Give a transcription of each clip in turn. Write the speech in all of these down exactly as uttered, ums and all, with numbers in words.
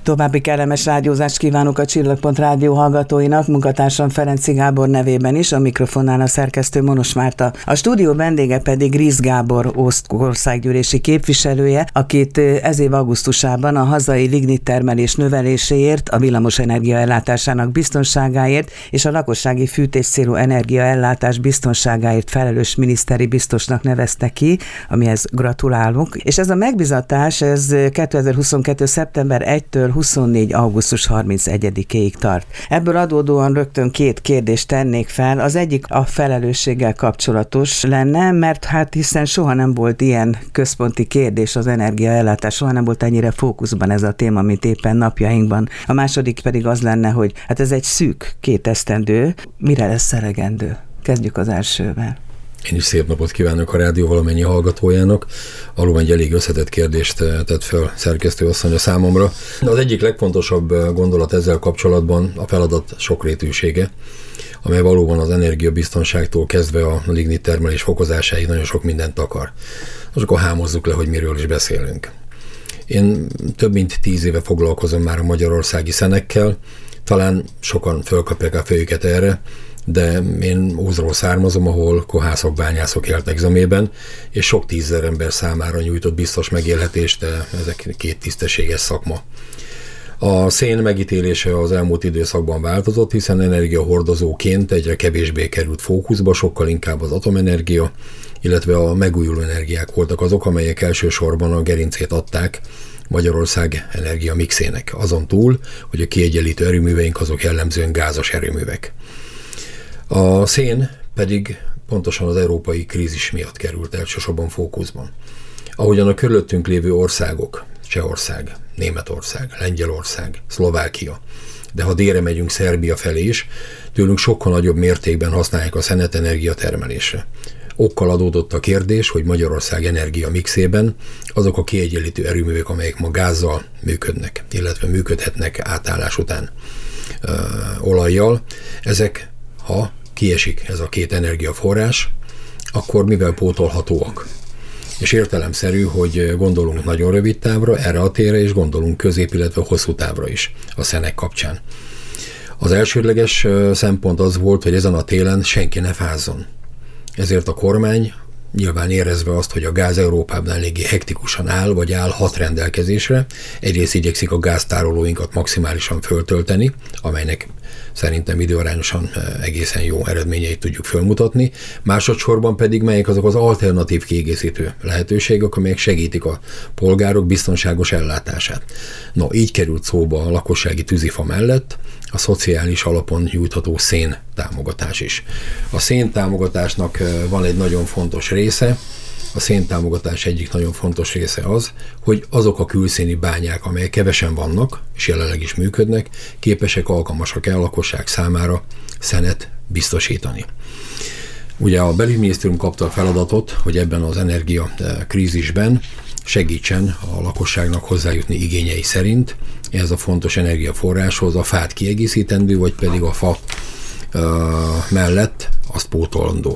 További kellemes rádiózást kívánok a Csillagpont rádió hallgatóinak, munkatársam Ferenczy Gábor nevében is, a mikrofonnál a szerkesztő Monos Márta. A stúdió vendége pedig Risz Gábor országgyűlési képviselője, akit ez év augusztusában a hazai lignittermelés növeléséért, a villamosenergia ellátásának biztonságáért és a lakossági fűtéscélú energiaellátás biztonságáért felelős miniszteri biztosnak nevezte ki, amihez gratulálunk. És ez a megbizatás, ez kétezer-huszonkettő. szeptember elsejétől huszonnégy. augusztus harmincegyedikéig tart. Ebből adódóan rögtön két kérdést tennék fel. Az egyik a felelősséggel kapcsolatos lenne, mert hát hiszen soha nem volt ilyen központi kérdés az energiaellátás, soha nem volt ennyire fókuszban ez a téma, mint éppen napjainkban. A második pedig az lenne, hogy hát ez egy szűk két esztendő, mire lesz elegendő? Kezdjük az elsővel. Én is szép napot kívánok a rádió valamennyi hallgatójának. Valóban egy elég összetett kérdést tett fel szerkesztő asszony a számomra. Az egyik legfontosabb gondolat ezzel kapcsolatban a feladat sokrétűsége, amely valóban az energiabiztonságtól kezdve a lignittermelés fokozásáig nagyon sok mindent akar. Most akkor hámozzuk le, hogy miről is beszélünk. Én több mint tíz éve foglalkozom már a magyarországi szenekkel, talán sokan fölkapják a fejüket erre, de én Ózról származom, ahol kohászok, bányászok éltek zömében, és sok tízezer ember számára nyújtott biztos megélhetést, de ezek két tisztességes szakma. A szén megítélése az elmúlt időszakban változott, hiszen energiahordozóként egyre kevésbé került fókuszba, sokkal inkább az atomenergia, illetve a megújuló energiák voltak azok, amelyek elsősorban a gerincét adták Magyarország energia mixének. Azon túl, hogy a kiegyenlítő erőműveink azok jellemzően gázos erőművek. A szén pedig pontosan az európai krízis miatt került elsősorban fókuszban. Ahogyan a körülöttünk lévő országok, Csehország, Németország, Lengyelország, Szlovákia, de ha délre megyünk Szerbia felé is, tőlünk sokkal nagyobb mértékben használják a szenet energiatermelésre. Okkal adódott a kérdés, hogy Magyarország energia mixében azok a kiegyenlítő erőművek, amelyek ma gázzal működnek, illetve működhetnek átállás után ö, olajjal, ezek, ha kiesik ez a két energiaforrás, akkor mivel pótolhatóak? És értelemszerű, hogy gondolunk nagyon rövid távra, erre a térre, és gondolunk közép, illetve hosszú távra is a szenek kapcsán. Az elsődleges szempont az volt, hogy ezen a télen senki ne fázzon. Ezért a kormány, nyilván érezve azt, hogy a gáz Európában eléggé hektikusan áll, vagy állhat rendelkezésre, egyrészt igyekszik a gáztárolóinkat maximálisan föltölteni, amelynek szerintem időarányosan egészen jó eredményeit tudjuk fölmutatni. Másodszorban pedig melyek azok az alternatív kiegészítő lehetőségek, amelyek segítik a polgárok biztonságos ellátását. No, így került szóba a lakossági tűzifa mellett a szociális alapon nyújtható szén támogatás is. A szén támogatásnak van egy nagyon fontos része. A széntámogatás egyik nagyon fontos része az, hogy azok a külszíni bányák, amelyek kevesen vannak, és jelenleg is működnek, képesek, alkalmasak-e a lakosság számára szenet biztosítani. Ugye a belügyminisztérium kapta a feladatot, hogy ebben az energiakrízisben segítsen a lakosságnak hozzájutni igényei szerint ehhez a fontos energiaforráshoz, a fát kiegészítendő, vagy pedig a fa uh, mellett azt pótolandó.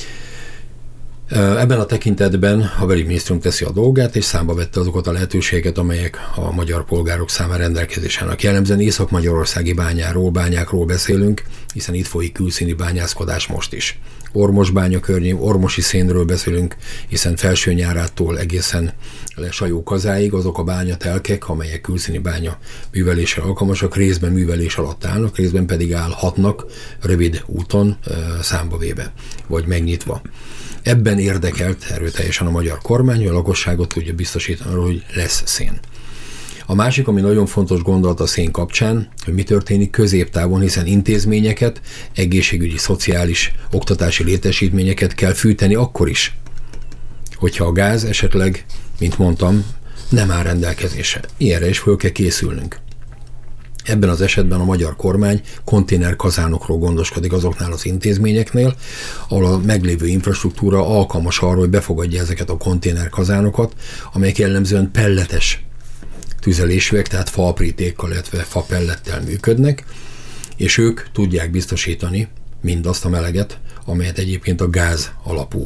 Ebben a tekintetben a belügyminisztérium teszi a dolgát, és számba vette azokat a lehetőségeket, amelyek a magyar polgárok számára rendelkezésre állnak. Jellemzően észak-magyarországi bányáról, bányákról beszélünk, hiszen itt folyik külszíni bányászkodás most is. Ormos-bánya környék, ormosi szénről beszélünk, hiszen Felsőnyárától egészen le Sajó-Kazáig azok a bányatelkek, amelyek külszíni bánya művelésre alkalmasak, részben művelés alatt állnak, részben pedig állhatnak rövid úton számba véve, vagy megnyitva. Ebben érdekelt erőteljesen a magyar kormány, hogy a lakosságot tudja biztosítani, hogy lesz szén. A másik, ami nagyon fontos gondolat a szén kapcsán, hogy mi történik középtávon, hiszen intézményeket, egészségügyi, szociális, oktatási létesítményeket kell fűteni akkor is, hogyha a gáz esetleg, mint mondtam, nem áll rendelkezésre. Ilyenre is föl kell készülnünk. Ebben az esetben a magyar kormány konténerkazánokról gondoskodik azoknál az intézményeknél, ahol a meglévő infrastruktúra alkalmas arra, hogy befogadja ezeket a konténerkazánokat, amelyek jellemzően pelletes tüzelésűek, tehát faaprítékkal, illetve fapellettel működnek, és ők tudják biztosítani mindazt a meleget, amelyet egyébként a gáz alapú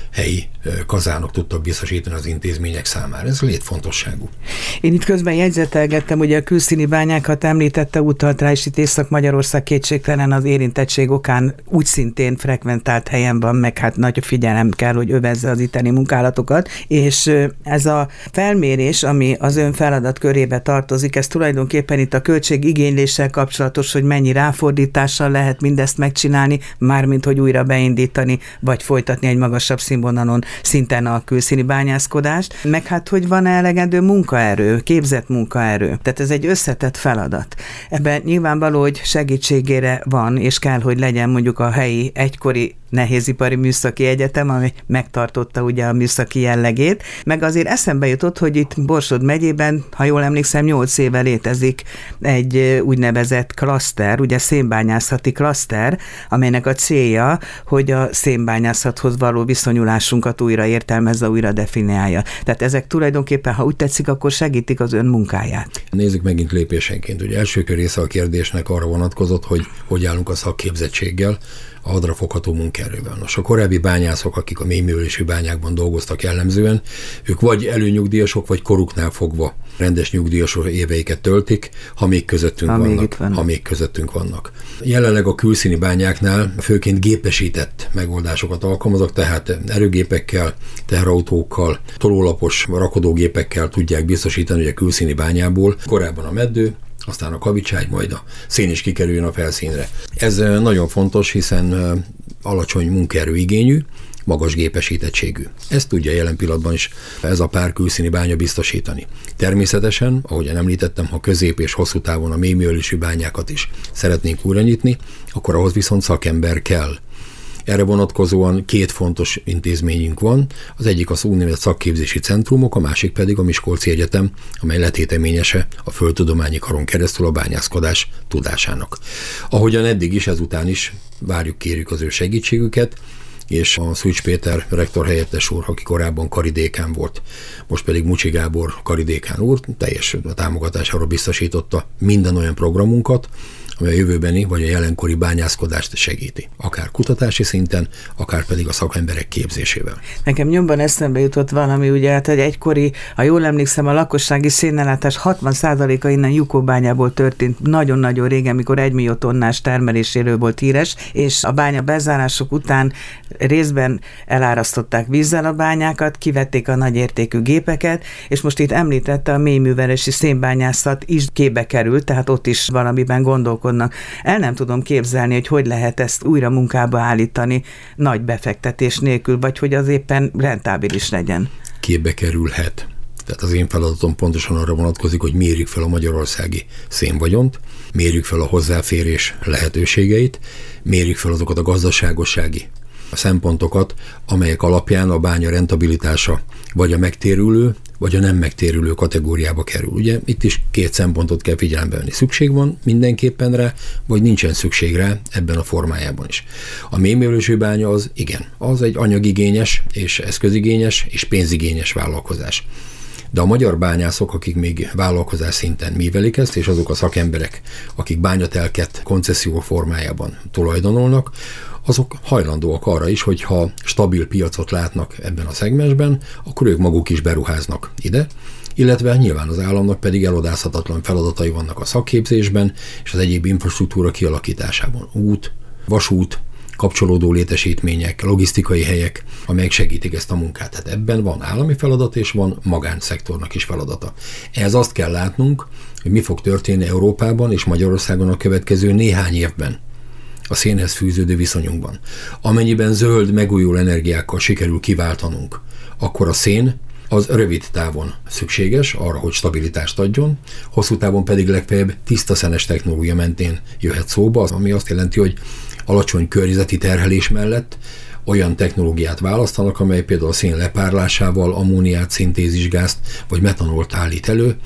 helyi kazánok tudtak biztosítani az intézmények számára. Ez létfontosságú. Én itt közben jegyzetelgettem, ugye a külszíni bányákat említette, utalt rá, és itt Észak-Magyarország kétségtelen az érintettség okán úgy szintén frekventált helyen van, meg hát nagy figyelem kell, hogy övezze az itteni munkálatokat, és ez a felmérés, ami az ön feladat körébe tartozik, ez tulajdonképpen itt a költségigényléssel kapcsolatos, hogy mennyi ráfordítással lehet mindezt megcsinálni, mármint hogy újra beindítani, vagy folytatni egy magasabb színvonalon szinten a külszíni bányászkodást, meg hát, hogy van-e elegendő munkaerő, képzett munkaerő. Tehát ez egy összetett feladat. Ebben nyilvánvaló, hogy segítségére van, és kell, hogy legyen mondjuk a helyi egykori Nehézipari Műszaki Egyetem, ami megtartotta ugye a műszaki jellegét, meg azért eszembe jutott, hogy itt Borsod megyében, ha jól emlékszem, nyolc éve létezik egy úgynevezett klaszter, ugye szénbányászati klaszter, amelynek a célja, hogy a szénbányászathoz való viszonyulásunkat újra értelmezze, újra definiálja. Tehát ezek tulajdonképpen, ha úgy tetszik, akkor segítik az ön munkáját. Nézzük megint lépésenként. Ugye első része a kérdésnek arra vonatkozott, hogy hogy állunk a szakképzettséggel, a hadrafogható munkaerővel. Nos, a korábbi bányászok, akik a mélyművelésű bányákban dolgoztak jellemzően, ők vagy előnyugdíjasok, vagy koruknál fogva rendes nyugdíjas éveiket töltik, ha még közöttünk ha vannak, még vannak. Ha még közöttünk vannak. Jelenleg a külszíni bányáknál főként gépesített megoldásokat alkalmazok, tehát erőgépekkel, teherautókkal, tolólapos rakodógépekkel tudják biztosítani, hogy a külszíni bányából korábban a meddő, aztán a kavicságy, majd a szén is kikerüljön a felszínre. Ez nagyon fontos, hiszen alacsony munkaerőigényű, magas gépesítettségű. Ezt tudja jelen pillanatban is ez a pár külszíni bánya biztosítani. Természetesen, ahogyan említettem, ha közép és hosszú távon a mélyművelésű bányákat is szeretnénk újra nyitni, akkor ahhoz viszont szakember kell. Erre vonatkozóan két fontos intézményünk van, az egyik az úgynevezett szakképzési centrumok, a másik pedig a Miskolci Egyetem, amely letéteményese a földtudományi karon keresztül a bányászkodás tudásának. Ahogyan eddig is, ezután is várjuk, kérjük az ő segítségüket, és a Szűcs Péter rektor helyettes úr, aki korábban karidékán volt, most pedig Mucsi Gábor karidékán úr teljes támogatására biztosította minden olyan programunkat, ami a jövőbeni vagy a jelenkori bányászkodást segíti. Akár kutatási szinten, akár pedig a szakemberek képzésével. Nekem nyomban eszembe jutott valami, ugye, hát egy egykori, ha jól emlékszem, a lakossági szénellátás hatvan százaléka innen Jukóbányából történt nagyon-nagyon régen, mikor egy millió tonnás termeléséről volt híres, és a bánya bezárások után részben elárasztották vízzel a bányákat, kivették a nagyértékű gépeket, és most itt említette a mélyművelési szénbányászat is képbe került, tehát ott is valamiben gondolkodnak. El nem tudom képzelni, hogy hogy lehet ezt újra munkába állítani nagy befektetés nélkül, vagy hogy az éppen rentábilis legyen. Képbe kerülhet. Tehát az én feladatom pontosan arra vonatkozik, hogy mérjük fel a magyarországi szénvagyont, mérjük fel a hozzáférés lehetőségeit, mérjük fel azokat a gazdaságossági szempontokat, amelyek alapján a bánya rentabilitása vagy a megtérülő, vagy a nem megtérülő kategóriába kerül. Ugye itt is két szempontot kell figyelembe venni. Szükség van mindenképpen rá, vagy nincsen szükség rá ebben a formájában is. A mélyművelésű bánya az igen, az egy anyagigényes és eszközigényes és pénzigényes vállalkozás. De a magyar bányászok, akik még vállalkozás szinten művelik ezt, és azok a szakemberek, akik bányatelket koncesszió formájában tulajdonolnak, azok hajlandóak arra is, hogy ha stabil piacot látnak ebben a szegmensben, akkor ők maguk is beruháznak ide, illetve nyilván az államnak pedig elodázhatatlan feladatai vannak a szakképzésben és az egyéb infrastruktúra kialakításában. Út, vasút, kapcsolódó létesítmények, logisztikai helyek, amelyek segítik ezt a munkát. Tehát ebben van állami feladat, és van magánszektornak is feladata. Ehhez azt kell látnunk, hogy mi fog történni Európában és Magyarországon a következő néhány évben a szénhez fűződő viszonyunkban. Amennyiben zöld, megújuló energiákkal sikerül kiváltanunk, akkor a szén az rövid távon szükséges arra, hogy stabilitást adjon, hosszú távon pedig legfeljebb tiszta szenes technológia mentén jöhet szóba, ami azt jelenti, hogy alacsony környezeti terhelés mellett olyan technológiát választanak, amely például a szén lepárlásával ammóniát, szintézisgázt vagy metanolt állít elő,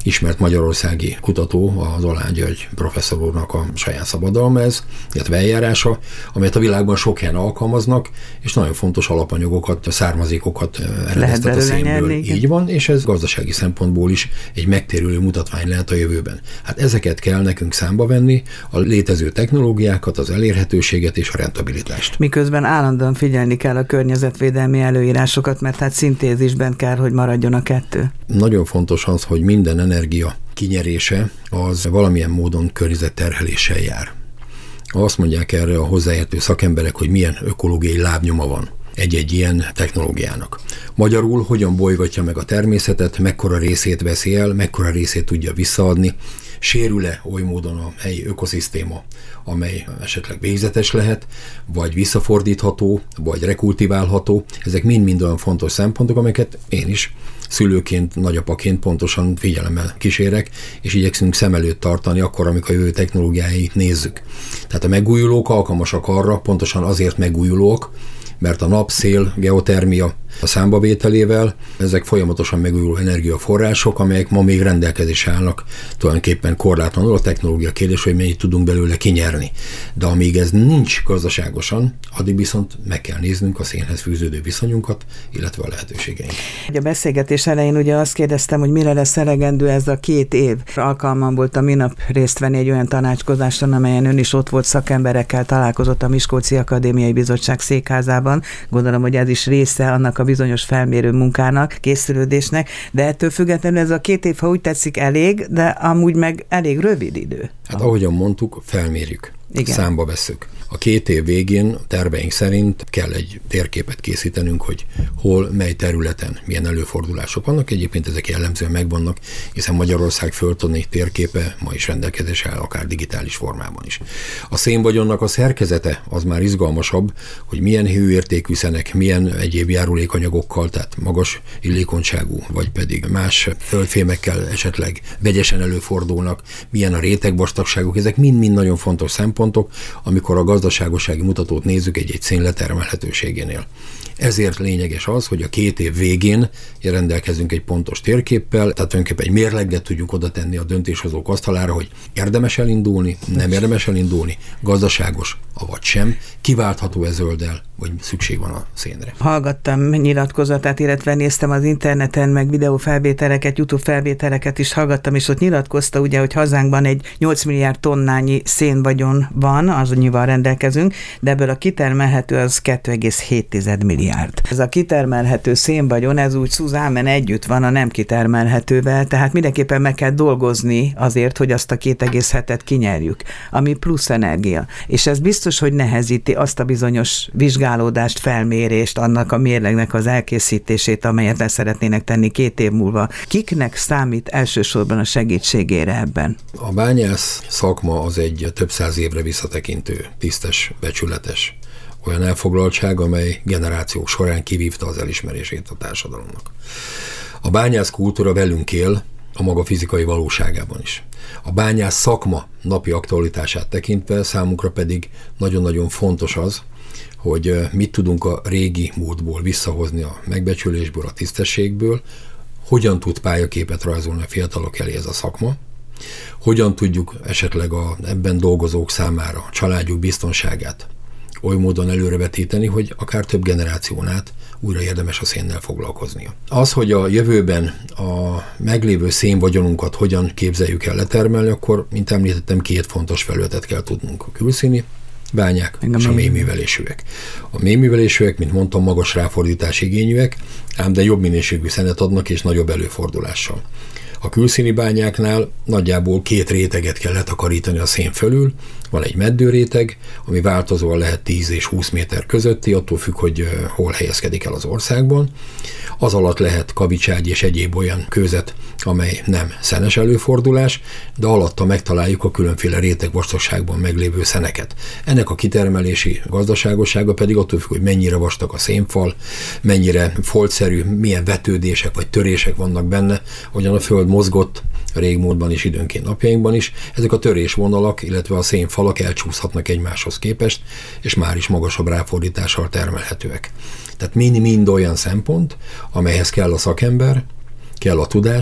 ismert magyarországi kutató, az Oláh György professzor úrnak a saját szabadalma ez, illetve eljárása, amelyet a világban sok helyen alkalmaznak, és nagyon fontos alapanyagokat, származékokat eredeztet a szénből. Így van, és ez gazdasági szempontból is egy megtérülő mutatvány lehet a jövőben. Hát ezeket kell nekünk számba venni, a létező technológiákat, az elérhetőséget és a rentabilitást. Miközben állandóan figyelni kell a környezetvédelmi előírásokat, mert hát szintézisben kell, hogy maradjon a kettő. Nagyon fontos az, hogy minden energia kinyerése az valamilyen módon környezetterheléssel jár. Azt mondják erre a hozzáértő szakemberek, hogy milyen ökológiai lábnyoma van egy-egy ilyen technológiának. Magyarul hogyan bolygatja meg a természetet, mekkora részét veszi el, mekkora részét tudja visszaadni, sérül-e oly módon a helyi ökoszisztéma, amely esetleg végzetes lehet, vagy visszafordítható, vagy rekultiválható. Ezek mind-mind olyan fontos szempontok, amelyeket én is szülőként, nagyapaként pontosan figyelemmel kísérek, és igyekszünk szem előtt tartani akkor, amikor a jövő technológiáit nézzük. Tehát a megújulók alkalmasak arra, pontosan azért megújulók, mert a nap, szél, geotermia a számbavételével ezek folyamatosan megújuló energiaforrások, amelyek ma még rendelkezésre állnak, tulajdonképpen korlátlanul a technológia kérdés, hogy mennyit tudunk belőle kinyerni. De amíg ez nincs gazdaságosan, addig viszont meg kell néznünk a szénhez fűződő viszonyunkat, illetve a lehetőségeink. A beszélgetés elején ugye azt kérdeztem, hogy mire lesz elegendő ez a két év. Alkalmam volt a minap részt venni egy olyan tanácskozáson, amelyen ön is ott volt, szakemberekkel találkozott a Miskolci Akadémiai Bizottság székházában. Gondolom, hogy ez is része annak a bizonyos felmérő munkának, készülődésnek, de ettől függetlenül ez a két év, ha úgy tetszik, elég, de amúgy meg elég rövid idő. Hát ahogyan mondtuk, felmérjük. Igen. Számba vesszük. A két év végén a terveink szerint kell egy térképet készítenünk, hogy hol, mely területen milyen előfordulások vannak. Egyébként ezek jellemzően megvannak, hiszen Magyarország földtani térképe ma is rendelkezésre áll, akár digitális formában is. A szénvagyonnak a szerkezete az már izgalmasabb, hogy milyen hőértékű szenek, milyen egyéb járulékanyagokkal, tehát magas illékonyságú, vagy pedig más földfémekkel esetleg vegyesen előfordulnak, milyen a rétegvastagságok, ezek mind-mind nagyon fontos szempontok, amikor a gazdaságossági mutatót nézzük egy-egy szén letermelhetőségénél. Ezért lényeges az, hogy a két év végén rendelkezünk egy pontos térképpel, tehát tulajdonképpen egy mérleget tudjuk oda tenni a döntéshozók asztalára, hogy érdemes elindulni, nem érdemes elindulni, gazdaságos, avagy sem, kiváltható-e zölddel, vagy szükség van a szénre. Hallgattam nyilatkozatát, illetve néztem az interneten, meg videófelvételeket, YouTube felvételeket is hallgattam, és ott nyilatkozta ugye, hogy hazánkban egy nyolc milliárd tonnányi szénvagyon van, azonnyival rendelkezünk, de ebből a kitermelhető az kettő egész hét milliárd. Ez a kitermelhető szénvagyon, ez úgy szuzámen együtt van a nem kitermelhetővel, tehát mindenképpen meg kell dolgozni azért, hogy azt a két egész hetet kinyerjük, ami plusz energia. És ez biztos, hogy nehezíti azt a bizonyos vizsgálódást, felmérést, annak a mérlegnek az elkészítését, amelyet le szeretnének tenni két év múlva. Kiknek számít elsősorban a segítségére ebben? A bányász szakma az egy több száz évre visszatekintő, tisztes, becsületes olyan elfoglaltság, amely generációk során kivívta az elismerését a társadalomnak. A bányász kultúra velünk él, a maga fizikai valóságában is. A bányász szakma napi aktualitását tekintve számunkra pedig nagyon-nagyon fontos az, hogy mit tudunk a régi múltból visszahozni a megbecsülésből, a tisztességből, hogyan tud pályaképet rajzolni a fiatalok elé ez a szakma, hogyan tudjuk esetleg a ebben dolgozók számára a családjuk biztonságát oly módon előrevetíteni, hogy akár több generáción át újra érdemes a szénnel foglalkoznia. Az, hogy a jövőben a meglévő szénvagyonunkat hogyan képzeljük el letermelni, akkor, mint említettem, két fontos felületet kell tudnunk. A külszíni bányák a és a mélyművelésűek. A mélyművelésűek, mint mondtam, magas ráfordítás igényűek, ám de jobb minőségű szenet adnak és nagyobb előfordulással. A külszíni bányáknál nagyjából két réteget kell letakarítani a szén fölül. Van egy meddőréteg, ami változóan lehet tíz és húsz méter közötti, attól függ, hogy hol helyezkedik el az országban. Az alatt lehet kavicságy és egyéb olyan kőzet, amely nem szenes előfordulás, de alatta megtaláljuk a különféle rétegvastagságban meglévő szeneket. Ennek a kitermelési gazdaságossága pedig attól függ, hogy mennyire vastag a szénfal, mennyire foltszerű, milyen vetődések vagy törések vannak benne, hogyan a Föld mozgott a régmúltban is, időnként napjainkban is. Ezek a törésvonalak, illetve a szénfalak elcsúszhatnak egymáshoz képest, és már is magasabb ráfordítással termelhetőek. Tehát mind-mind olyan szempont, amelyhez kell a szakember, kell a tudás,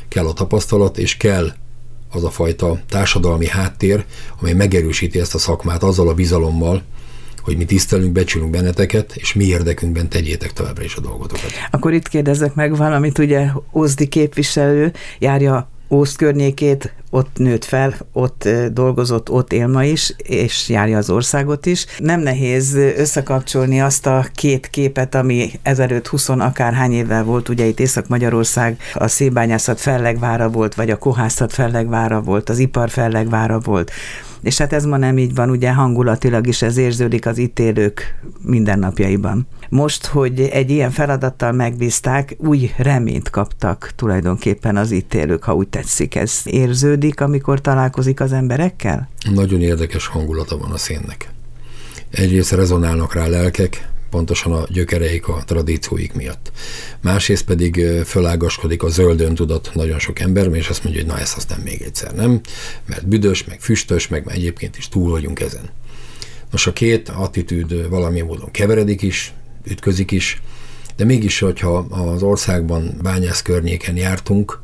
kell a tapasztalat, és kell az a fajta társadalmi háttér, amely megerősíti ezt a szakmát azzal a bizalommal, hogy mi tisztelünk, becsülünk benneteket, és mi érdekünkben tegyétek továbbra is a dolgotokat. Akkor itt kérdezzek meg valamit, ugye Ózdi képviselő járja Ózd környékét, ott nőtt fel, ott dolgozott, ott él ma is, és járja az országot is. Nem nehéz összekapcsolni azt a két képet, ami ezerötszáz húsz akárhány évvel volt, ugye itt Észak-Magyarország a szénbányászat fellegvára volt, vagy a kohászat fellegvára volt, az ipar fellegvára volt. És hát ez ma nem így van, ugye hangulatilag is ez érződik az itt élők mindennapjaiban. Most, hogy egy ilyen feladattal megbízták, új reményt kaptak tulajdonképpen az itt élők, ha úgy tetszik. Ez érződik, amikor találkozik az emberekkel? Nagyon érdekes hangulata van a szénnek. Egyrészt rezonálnak rá lelkek, pontosan a gyökereik, a tradícióik miatt. Másrészt pedig fölágaskodik a zöld öntudat nagyon sok ember, és azt mondja, hogy na ezt aztán még egyszer nem, mert büdös, meg füstös, meg már egyébként is túl vagyunk ezen. Nos, a két attitűd valamilyen módon keveredik is, ütközik is, de mégis, hogyha az országban bányász környéken jártunk,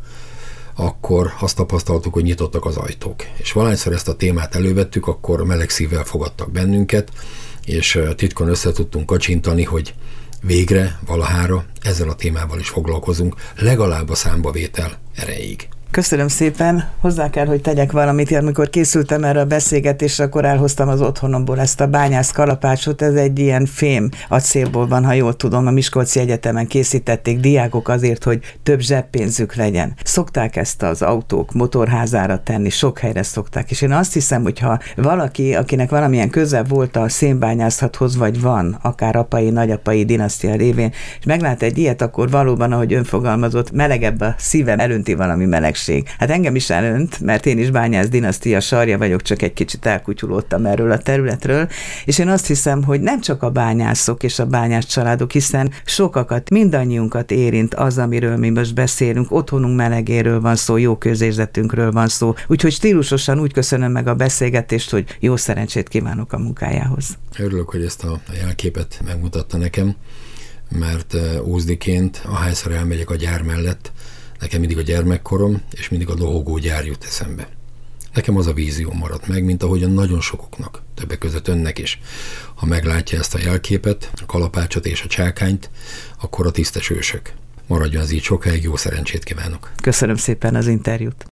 akkor azt tapasztaltuk, hogy nyitottak az ajtók. És valahányszor ezt a témát elővettük, akkor meleg szívvel fogadtak bennünket, és titkon össze tudtunk kacsintani, hogy végre, valahára ezzel a témával is foglalkozunk, legalább a számbavétel erejéig. Köszönöm szépen. Hozzá kell, hogy tegyek valamit. Amikor készültem erre a beszélgetésre, akkor elhoztam az otthonomból ezt a bányász kalapácsot. Ez egy ilyen fém acélból van, ha jól tudom. A Miskolci Egyetemen készítették diákok azért, hogy több zseppénzük legyen. Szokták ezt az autók motorházára tenni, sok helyre szokták. És én azt hiszem, hogy ha valaki, akinek valamilyen köze volt a szénbányászathoz, vagy van, akár apai, nagyapai dinasztia révén, és meglát egy ilyet, akkor valóban, ahogy ön fogalmazott, melegebb a szívem, elönti valami melegség. Hát engem is elönt, mert én is bányász dinasztia sarja vagyok, csak egy kicsit elkutyulódtam erről a területről, és én azt hiszem, hogy nem csak a bányászok és a bányász családok, hiszen sokakat, mindannyiunkat érint az, amiről mi most beszélünk, otthonunk melegéről van szó, jó közérzetünkről van szó, úgyhogy stílusosan úgy köszönöm meg a beszélgetést, hogy jó szerencsét kívánok a munkájához. Örülök, hogy ezt a jelképet megmutatta nekem, mert ózdiként, ahányszor elmegyek a gyár mellett, nekem mindig a gyermekkorom, és mindig a lohogó gyár jut eszembe. Nekem az a vízió maradt meg, mint ahogyan nagyon sokoknak, többek között önnek is. Ha meglátja ezt a jelképet, a kalapácsot és a csákányt, akkor a tisztes ősök. Maradjon az így sokáig, jó szerencsét kívánok. Köszönöm szépen az interjút.